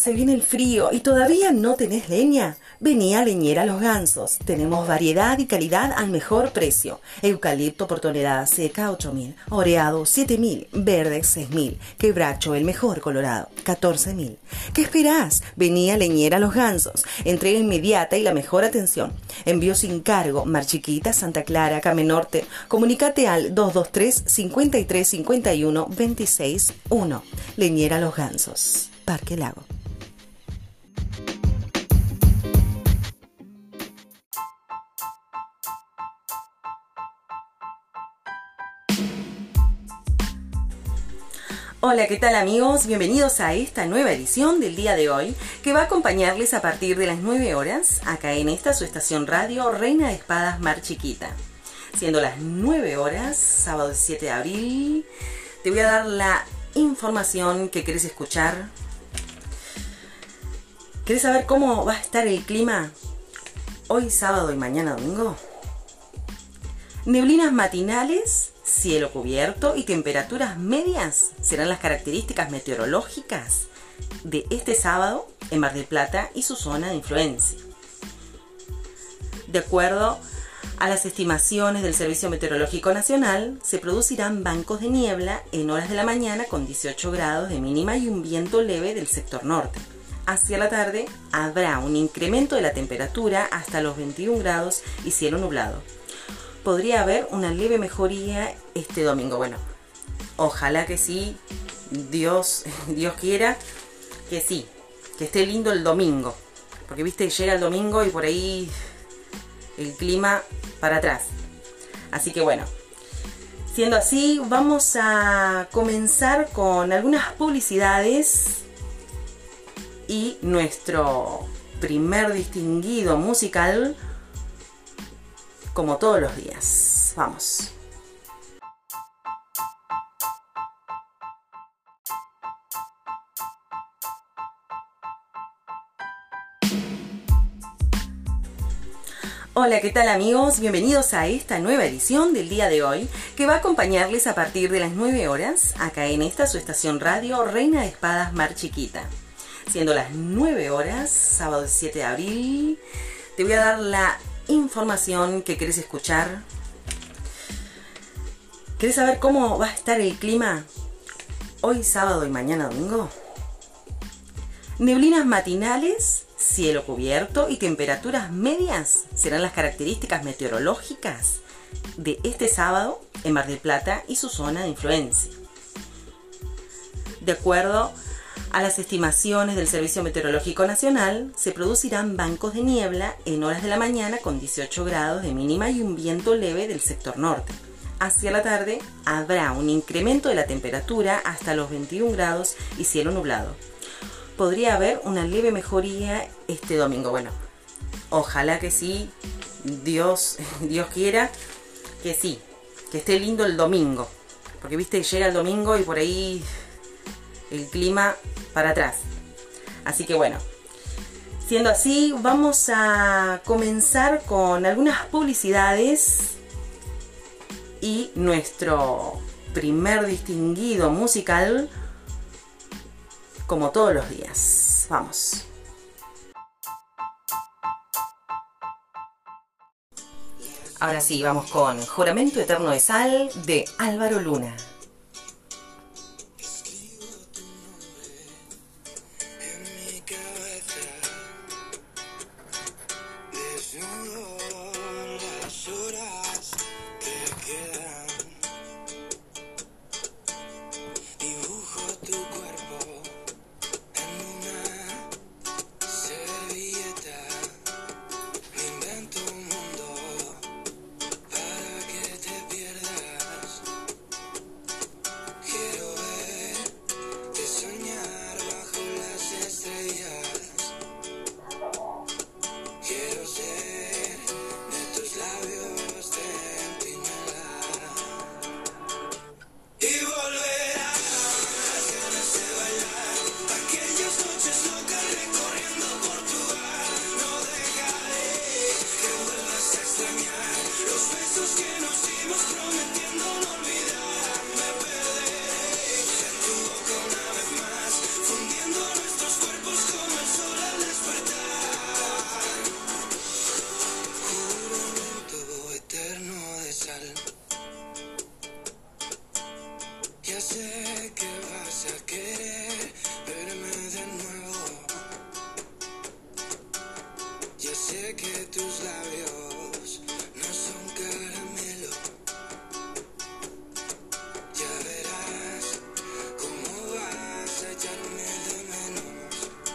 se viene el frío y todavía no tenés leña. Vení a Leñera Los Gansos. Tenemos variedad y calidad al mejor precio. Eucalipto por tonelada seca 8.000, oreado 7.000, verde 6.000, quebracho el mejor colorado 14.000. ¿Qué esperás? Vení a Leñera Los Gansos. Entrega inmediata y la mejor atención. Envío sin cargo. Mar Chiquita, Santa Clara, Carmen Norte. Comunícate al 223 53 51 26 1. Leñera Los Gansos. Parque Lago. Hola, ¿qué tal amigos? Bienvenidos a esta nueva edición del día de hoy que va a acompañarles a partir de las 9 horas acá en esta su estación radio Reina de Espadas Mar Chiquita. Siendo las 9 horas, sábado 17 de abril, te voy a dar la información que querés escuchar. ¿Querés saber cómo va a estar el clima hoy sábado y mañana domingo? Neblinas matinales, cielo cubierto y temperaturas medias serán las características meteorológicas de este sábado en Mar del Plata y su zona de influencia. De acuerdo a las estimaciones del Servicio Meteorológico Nacional, se producirán bancos de niebla en horas de la mañana con 18 grados de mínima y un viento leve del sector norte. Hacia la tarde habrá un incremento de la temperatura hasta los 21 grados y cielo nublado. Podría haber una leve mejoría este domingo. Bueno, ojalá que sí, Dios quiera que sí, que esté lindo el domingo. Porque viste, llega el domingo y por ahí el clima para atrás. Así que bueno, siendo así, vamos a comenzar con algunas publicidades y nuestro primer distinguido musical, como todos los días. Vamos. Hola, ¿qué tal amigos? Bienvenidos a esta nueva edición del día de hoy que va a acompañarles a partir de las 9 horas acá en esta su estación radio Reina de Espadas Mar Chiquita. Siendo las 9 horas, sábado 17 de abril, te voy a dar la información que querés escuchar. ¿Querés saber cómo va a estar el clima hoy sábado y mañana domingo? Neblinas matinales, cielo cubierto y temperaturas medias serán las características meteorológicas de este sábado en Mar del Plata y su zona de influencia. De acuerdo a las estimaciones del Servicio Meteorológico Nacional, se producirán bancos de niebla en horas de la mañana con 18 grados de mínima y un viento leve del sector norte. Hacia la tarde habrá un incremento de la temperatura hasta los 21 grados y cielo nublado. Podría haber una leve mejoría este domingo. Bueno, ojalá que sí, Dios quiera que sí, que esté lindo el domingo. Porque viste, llega el domingo y por ahí el clima para atrás. Así que bueno, siendo así, vamos a comenzar con algunas publicidades y nuestro primer distinguido musical, como todos los días. Vamos. Ahora sí, vamos con Juramento Eterno de Sal de Álvaro Luna. Ya sé que vas a querer verme de nuevo. Ya sé que tus labios no son caramelo. Ya verás cómo vas a echarme de menos.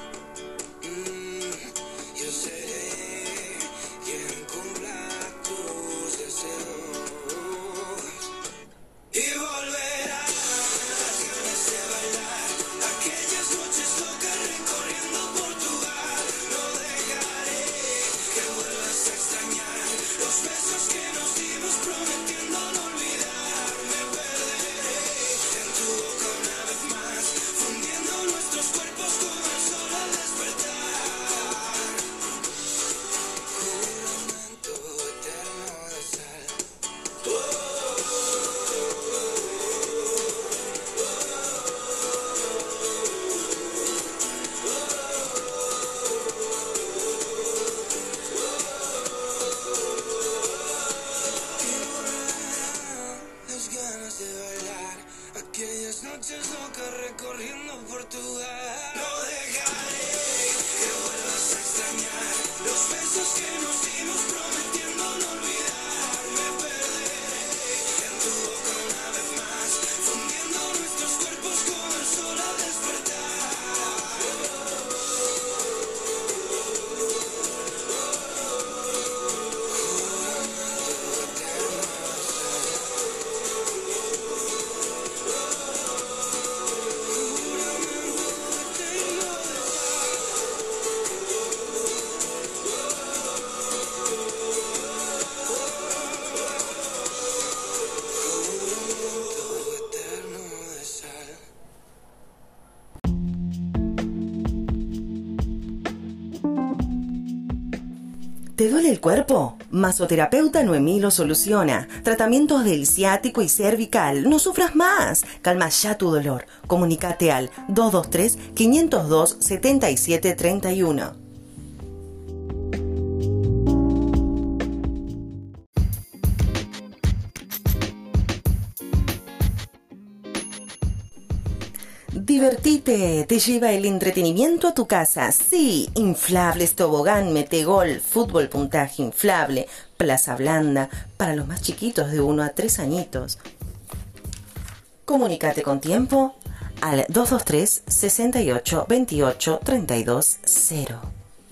Yo seré quien cumpla tus deseos. Y volverás las ganas de bailar, aquellas noches locas recorriendo Portugal. No dejaré que vuelvas a extrañar los besos que nos dimos prometiendo no olvidar. Me perderé en tu boca una vez más, fundiendo nuestros cuerpos con el sol al despertar. Juramento eterno de sal. Las ganas de bailar, aquellas noches locas recorriendo Portugal. No dejaré que vuelvas a extrañar los besos que nos dimos prometiendo no olvidar. Me perderé en tu boca una vez más, fundiendo nuestros cuerpos con el sol al despertar. Eterno de sal. ¿Te duele el cuerpo? Masoterapeuta Noemí lo soluciona. Tratamientos del ciático y cervical. No sufras más. Calma ya tu dolor. Comunícate al 223-502-7731. Divertite, te lleva el entretenimiento a tu casa. Sí, inflables, tobogán, metegol, fútbol, puntaje inflable, plaza blanda, para los más chiquitos de 1 a 3 añitos. Comunícate con tiempo al 223 68 28 32 0.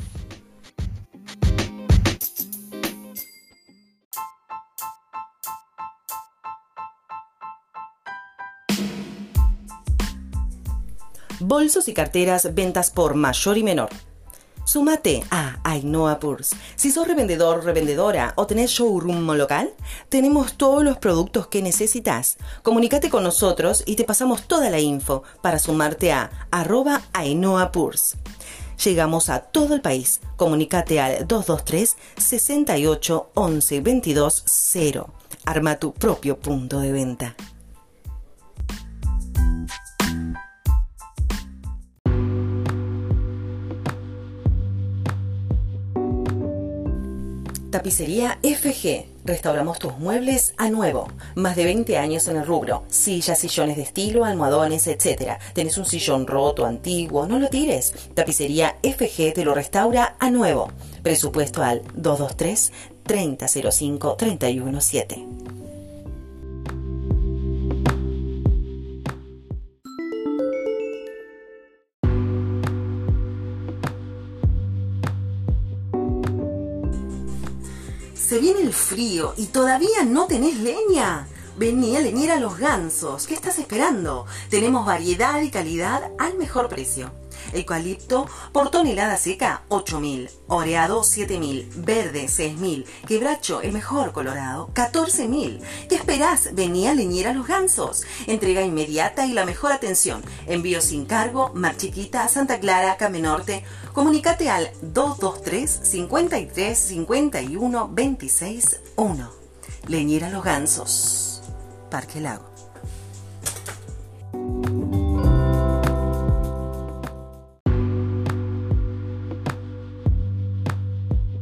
Bolsos y carteras, ventas por mayor y menor. Súmate a Ainhoa Purse. Si sos revendedor, revendedora o tenés showroom local, tenemos todos los productos que necesitas. Comunícate con nosotros y te pasamos toda la info para sumarte a @Ainhoa Purse. Llegamos a todo el país. Comunícate al 223 68 11 22 0. Arma tu propio punto de venta. Tapicería FG. Restauramos tus muebles a nuevo. Más de 20 años en el rubro. Sillas, sillones de estilo, almohadones, etc. ¿Tenés un sillón roto, antiguo? No lo tires. Tapicería FG te lo restaura a nuevo. Presupuesto al 223 3005 317. Se viene el frío y todavía no tenés leña. Vení a Leñera Los Gansos. ¿Qué estás esperando? Tenemos variedad y calidad al mejor precio. Eucalipto por tonelada seca 8.000, oreado 7.000, verde 6.000, quebracho el mejor colorado 14.000. ¿Qué esperás? Vení a Leñera Los Gansos. Entrega inmediata y la mejor atención. Envío sin cargo, Mar Chiquita, Santa Clara, Camenorte. Comunícate al 223 53 51 26 1. Leñera Los Gansos, Parque Lago.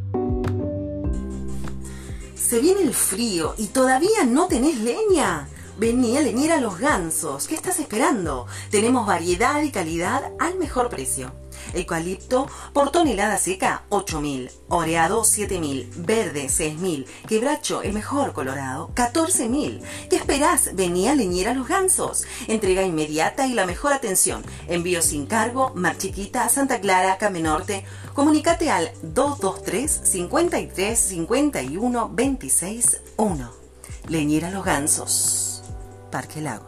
Se viene el frío y todavía no tenés leña. Vení a leñar a los gansos. ¿Qué estás esperando? Tenemos variedad y calidad al mejor precio. Eucalipto por tonelada seca 8.000, oreado 7.000, verde 6.000, quebracho el mejor colorado 14.000. ¿Qué esperás? Vení a leñar a los gansos. Entrega inmediata y la mejor atención. Envío sin cargo, Mar Chiquita, Santa Clara, Came Norte. Comunicate al 223 53 51 26 1. Leñera Los Gansos, Parque Lago.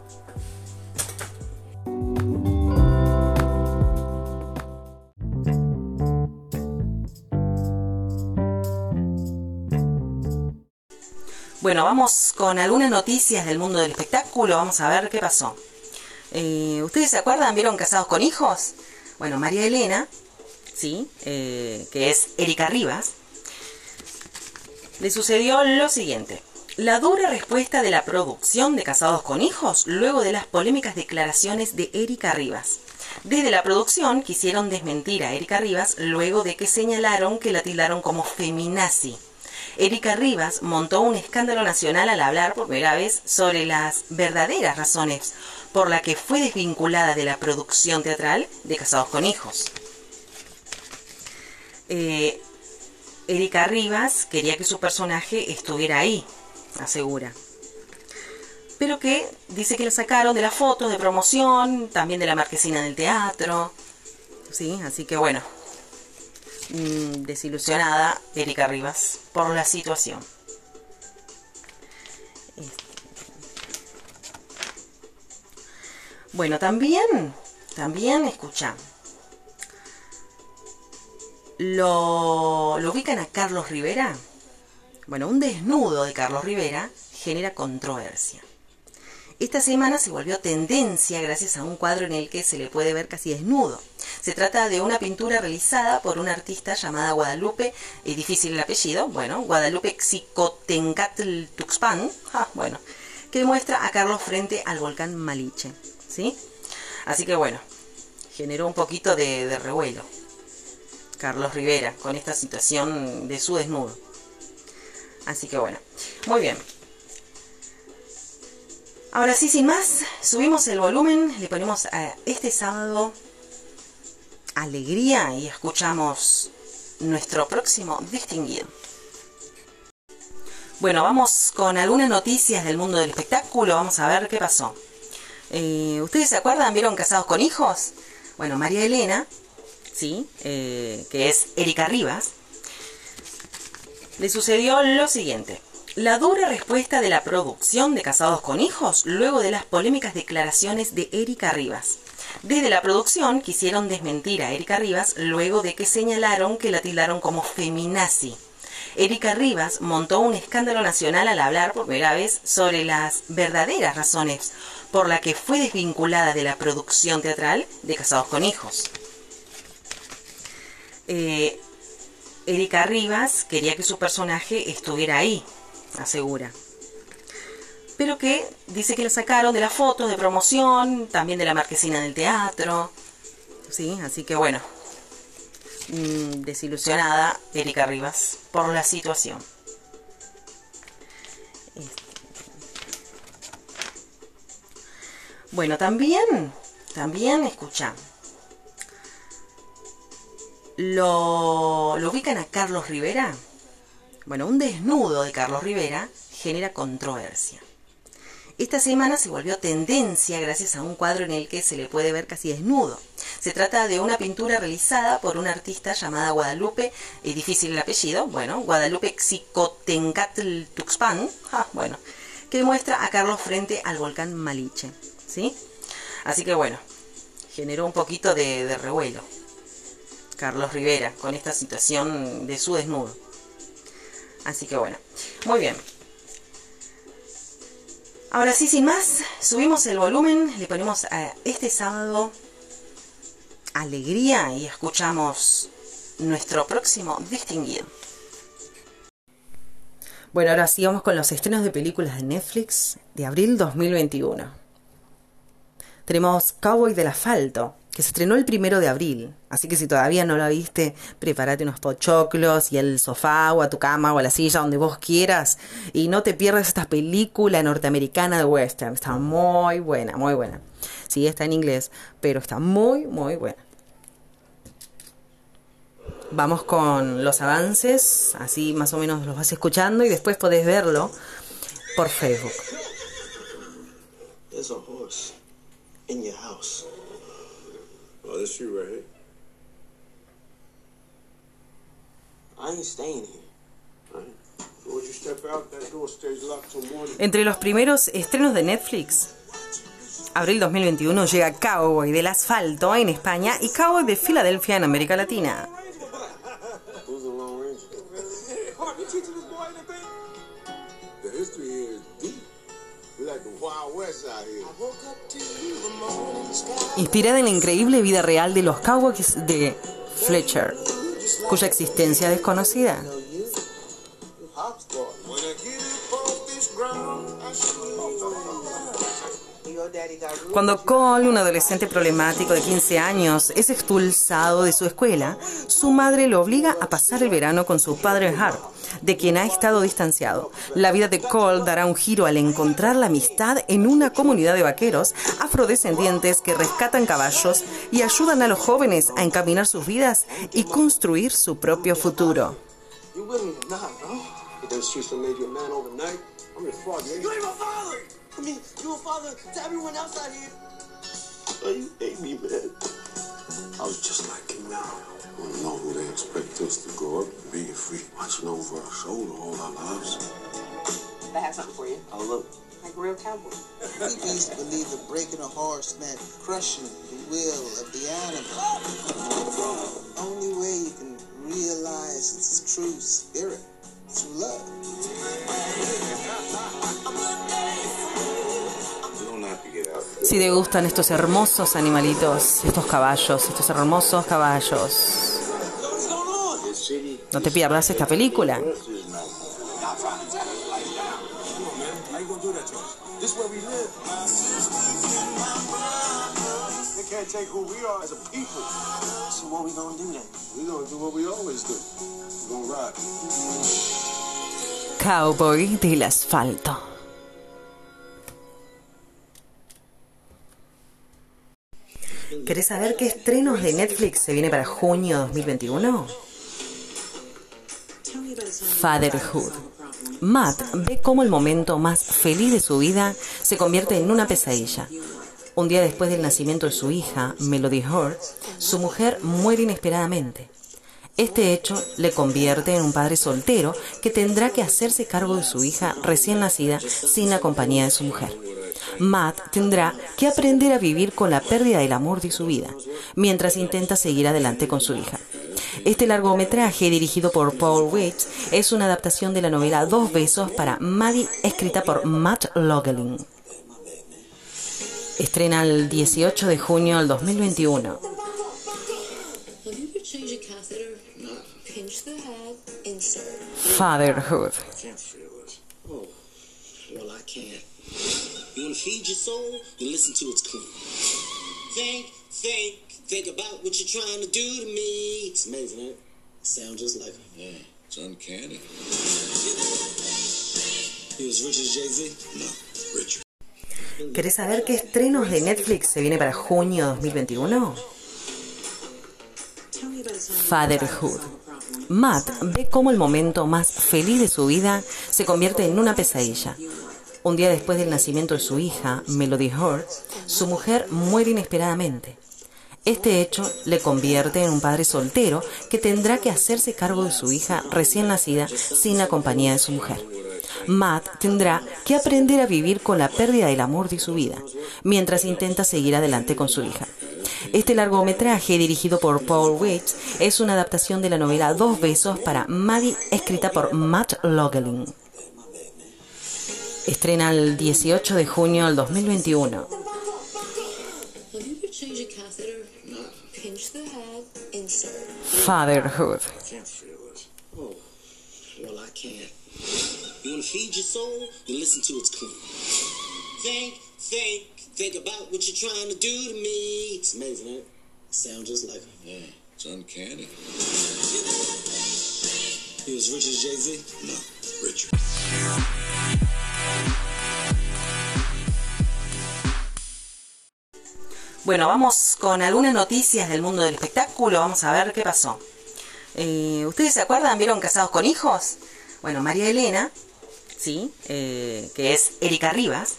Bueno, vamos con algunas noticias del mundo del espectáculo. Vamos a ver qué pasó. ¿Ustedes se acuerdan? ¿Vieron Casados con Hijos? Bueno, María Elena, sí, que es Erika Rivas, le sucedió lo siguiente. La dura respuesta de la producción de Casados con Hijos luego de las polémicas declaraciones de Erika Rivas. Desde la producción quisieron desmentir a Erika Rivas luego de que señalaron que la tildaron como feminazi. Erika Rivas montó un escándalo nacional al hablar por primera vez sobre las verdaderas razones por las que fue desvinculada de la producción teatral de Casados con Hijos. Erika Rivas quería que su personaje estuviera ahí, asegura. Pero que dice que la sacaron de la foto de promoción, también de la marquesina del teatro. Sí, así que bueno, desilusionada Erika Rivas por la situación. Bueno, también escucha. ¿Lo ubican a Carlos Rivera? Bueno, un desnudo de Carlos Rivera genera controversia. Esta semana se volvió tendencia gracias a un cuadro en el que se le puede ver casi desnudo. Se trata de una pintura realizada por una artista llamada Guadalupe, es difícil el apellido, bueno, Guadalupe Xicotencatl Tuxpan, que muestra a Carlos frente al volcán Malinche, ¿sí? Así que bueno, generó un poquito de revuelo Carlos Rivera con esta situación de su desnudo. Así que bueno, muy bien. Ahora sí, sin más, subimos el volumen, le ponemos a este sábado alegría y escuchamos nuestro próximo distinguido. Bueno, vamos con algunas noticias del mundo del espectáculo. Vamos a ver qué pasó. ¿Ustedes se acuerdan? ¿Vieron Casados con Hijos? Bueno, María Elena, sí, que es Erika Rivas, le sucedió lo siguiente. La dura respuesta de la producción de Casados con Hijos luego de las polémicas declaraciones de Erika Rivas. Desde la producción quisieron desmentir a Erika Rivas luego de que señalaron que la tildaron como feminazi. Erika Rivas montó un escándalo nacional al hablar por primera vez sobre las verdaderas razones por las que fue desvinculada de la producción teatral de Casados con Hijos. Erika Rivas quería que su personaje estuviera ahí, asegura. Pero que dice que la sacaron de la foto de promoción, también de la marquesina del teatro. Sí, así que bueno, desilusionada Erika Rivas por la situación. Bueno, también escucha. ¿Lo ubican a Carlos Rivera? Bueno, un desnudo de Carlos Rivera genera controversia. Esta semana se volvió tendencia gracias a un cuadro en el que se le puede ver casi desnudo. Se trata de una pintura realizada por una artista llamada Guadalupe, es difícil el apellido, bueno, Guadalupe Xicotencatl Tuxpan, que muestra a Carlos frente al volcán Malinche, ¿sí? Así que bueno, generó un poquito de revuelo Carlos Rivera con esta situación de su desnudo. Así que bueno, muy bien. Ahora sí, sin más, subimos el volumen, le ponemos a este sábado alegría y escuchamos nuestro próximo distinguido. Bueno, ahora sí vamos con los estrenos de películas de Netflix de abril 2021. Tenemos Cowboy del Asfalto, que se estrenó el 1 de abril. Así que si todavía no la viste, prepárate unos pochoclos y el sofá o a tu cama o a la silla donde vos quieras. Y no te pierdas esta película norteamericana de western. Está muy buena, muy buena. Sí, está en inglés, pero está muy, muy buena. Vamos con los avances, así más o menos los vas escuchando y después podés verlo por Facebook. There's a horse in your house. Oh, that's you right here. I ain't staying here. All right. So would you step out? That door stays locked till morning. Entre los primeros estrenos de Netflix, abril 2021 llega Cowboy del Asfalto en España y Cowboy de Filadelfia en América Latina. Who's the Lone Ranger? You teaching this boy anything? The history here is deep. We're like the Wild West out here. Inspirada en la increíble vida real de los Cowboys de Fletcher, cuya existencia es desconocida. When I get up off this ground, I should Cuando Cole, un adolescente problemático de 15 años, es expulsado de su escuela, su madre lo obliga a pasar el verano con su padre Harp, de quien ha estado distanciado. La vida de Cole dará un giro al encontrar la amistad en una comunidad de vaqueros afrodescendientes que rescatan caballos y ayudan a los jóvenes a encaminar sus vidas y construir su propio futuro. You with me or not, bro? But them streets done made you a man overnight. I'm your father. You ain't my father! I mean, you a father to everyone else out here. Oh, you hate me, man. I was just like you now. I don't know who they expect us to grow up and be free, watching over our shoulder all our lives. I have something for you. Oh, look. Like a real cowboy. We used to believe that breaking a horse meant crushing the will of the animal. Only way you can realize its true spirit, through love. Si te gustan estos hermosos animalitos, estos caballos, estos hermosos caballos, no te pierdas esta película. This where we live. They can't take who we are as a people. So what we gonna do then? We gonna do what we always do. We gonna ride. Cowboy del Asfalto. ¿Querés saber qué estrenos de Netflix se viene para junio 2021? Fatherhood. Matt ve cómo el momento más feliz de su vida se convierte en una pesadilla. Un día después del nacimiento de su hija, Melody Hurd, su mujer muere inesperadamente. Este hecho le convierte en un padre soltero que tendrá que hacerse cargo de su hija recién nacida sin la compañía de su mujer. Matt tendrá que aprender a vivir con la pérdida del amor de su vida, mientras intenta seguir adelante con su hija. Este largometraje, dirigido por Paul Weitz, es una adaptación de la novela Dos besos para Maddie, escrita por Matt Logelin. Estrena el 18 de junio del 2021. Fatherhood. Well, I can't. You wanna feed your soul? You listen to it's clean. Think about what you're trying to do to me. It's amazing, ain't it? Sound just like him. Yeah, it's uncanny. He was rich as Jay-Z? No, Richard. ¿Querés saber qué estrenos de Netflix se viene para junio 2021? Fatherhood. Matt ve cómo el momento más feliz de su vida se convierte en una pesadilla. Un día después del nacimiento de su hija, Melody Hurd, su mujer muere inesperadamente. Este hecho le convierte en un padre soltero que tendrá que hacerse cargo de su hija recién nacida sin la compañía de su mujer. Matt tendrá que aprender a vivir con la pérdida del amor de su vida, mientras intenta seguir adelante con su hija. Este largometraje, dirigido por Paul Weitz, es una adaptación de la novela Dos besos para Maddie, escrita por Matt Logelin. Estrena el 18 de junio del 2021. Fatherhood. Oh, well, I can't. You wanna feed your soul? You listen to it's clean. Think about what you're trying to do to me. It's amazing, ain't it? Sound just like him. Yeah, it's uncanny. He was rich as Jay-Z? No, richer. Bueno, vamos con algunas noticias del mundo del espectáculo. Vamos a ver qué pasó. ¿Ustedes se acuerdan? ¿Vieron Casados con Hijos? Bueno, María Elena, sí, que es Erika Rivas,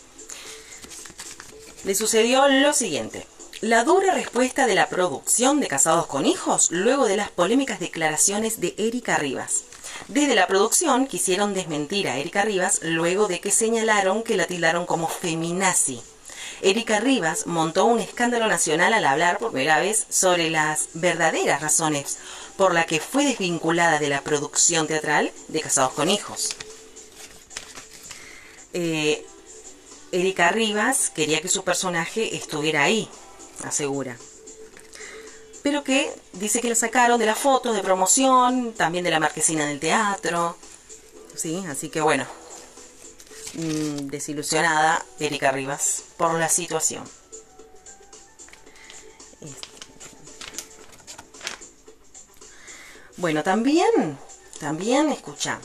le sucedió lo siguiente. La dura respuesta de la producción de Casados con Hijos luego de las polémicas declaraciones de Erika Rivas. Desde la producción quisieron desmentir a Erika Rivas luego de que señalaron que la tildaron como feminazi. Erika Rivas montó un escándalo nacional al hablar por primera vez sobre las verdaderas razones por las que fue desvinculada de la producción teatral de Casados con Hijos. Erika Rivas quería que su personaje estuviera ahí, asegura. Pero que dice que la sacaron de las fotos de promoción, también de la marquesina del teatro. Sí, así que bueno, desilusionada Erika Rivas por la situación. Bueno, también escucha.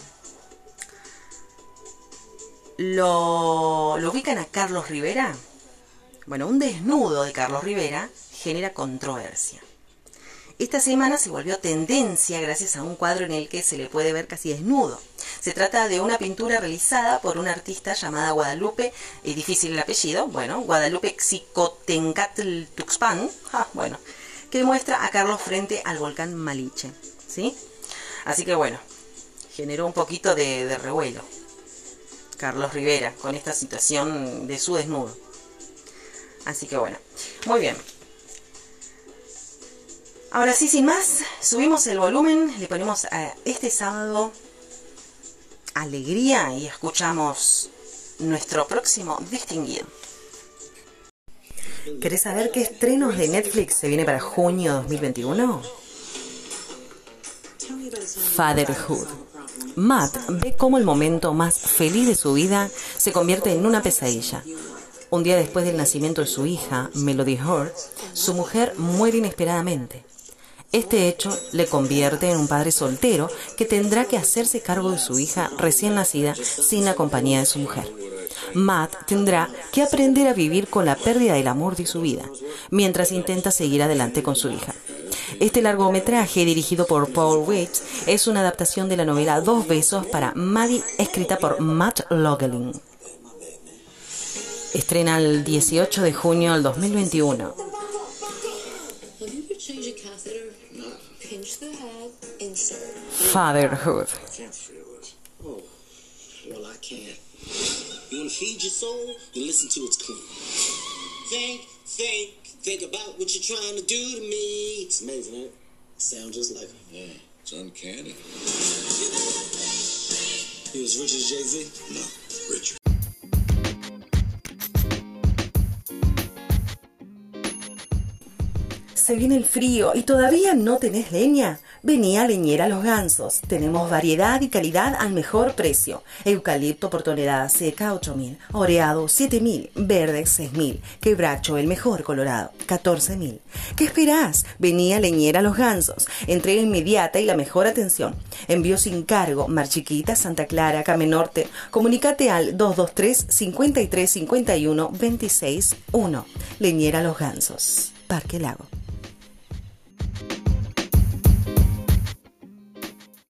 ¿Lo ubican a Carlos Rivera? Bueno, un desnudo de Carlos Rivera genera controversia. Esta semana se volvió tendencia gracias a un cuadro en el que se le puede ver casi desnudo. Se trata de una pintura realizada por una artista llamada Guadalupe, difícil el apellido, bueno, Guadalupe Xicotencatl Tuxpan, bueno, que muestra a Carlos frente al volcán Malinche, ¿sí? Así que bueno, generó un poquito de revuelo Carlos Rivera con esta situación de su desnudo. Así que bueno, muy bien. Ahora sí, sin más, subimos el volumen, le ponemos a este sábado alegría y escuchamos nuestro próximo distinguido. ¿Querés saber qué estrenos de Netflix se viene para junio 2021? Fatherhood. Matt ve cómo el momento más feliz de su vida se convierte en una pesadilla. Un día después del nacimiento de su hija, Melody Hurd, su mujer muere inesperadamente. Este hecho le convierte en un padre soltero que tendrá que hacerse cargo de su hija recién nacida sin la compañía de su mujer. Matt tendrá que aprender a vivir con la pérdida del amor de su vida, mientras intenta seguir adelante con su hija. Este largometraje, dirigido por Paul Weitz, es una adaptación de la novela Dos besos para Maddie, escrita por Matt Logelin. Estrena el 18 de junio del 2021. Fatherhood. Oh, well, I can't. You want to feed your soul? You listen to It's Clean. Think about what you're trying to do to me. It's amazing, right? Sound just like him. Yeah, it's uncanny. He was rich as Jay-Z? No, richer. Se viene el frío y todavía no tenés leña. Vení a Leñera Los Gansos. Tenemos variedad y calidad al mejor precio. Eucalipto por tonelada seca 8.000, oreado 7.000, verde 6.000, quebracho el mejor colorado 14.000. ¿Qué esperás? Vení a Leñera Los Gansos. Entrega inmediata y la mejor atención. Envío sin cargo. Mar Chiquita, Santa Clara, Came Norte. Comunícate al 223 53 51 26 1. Leñera Los Gansos. Parque Lago.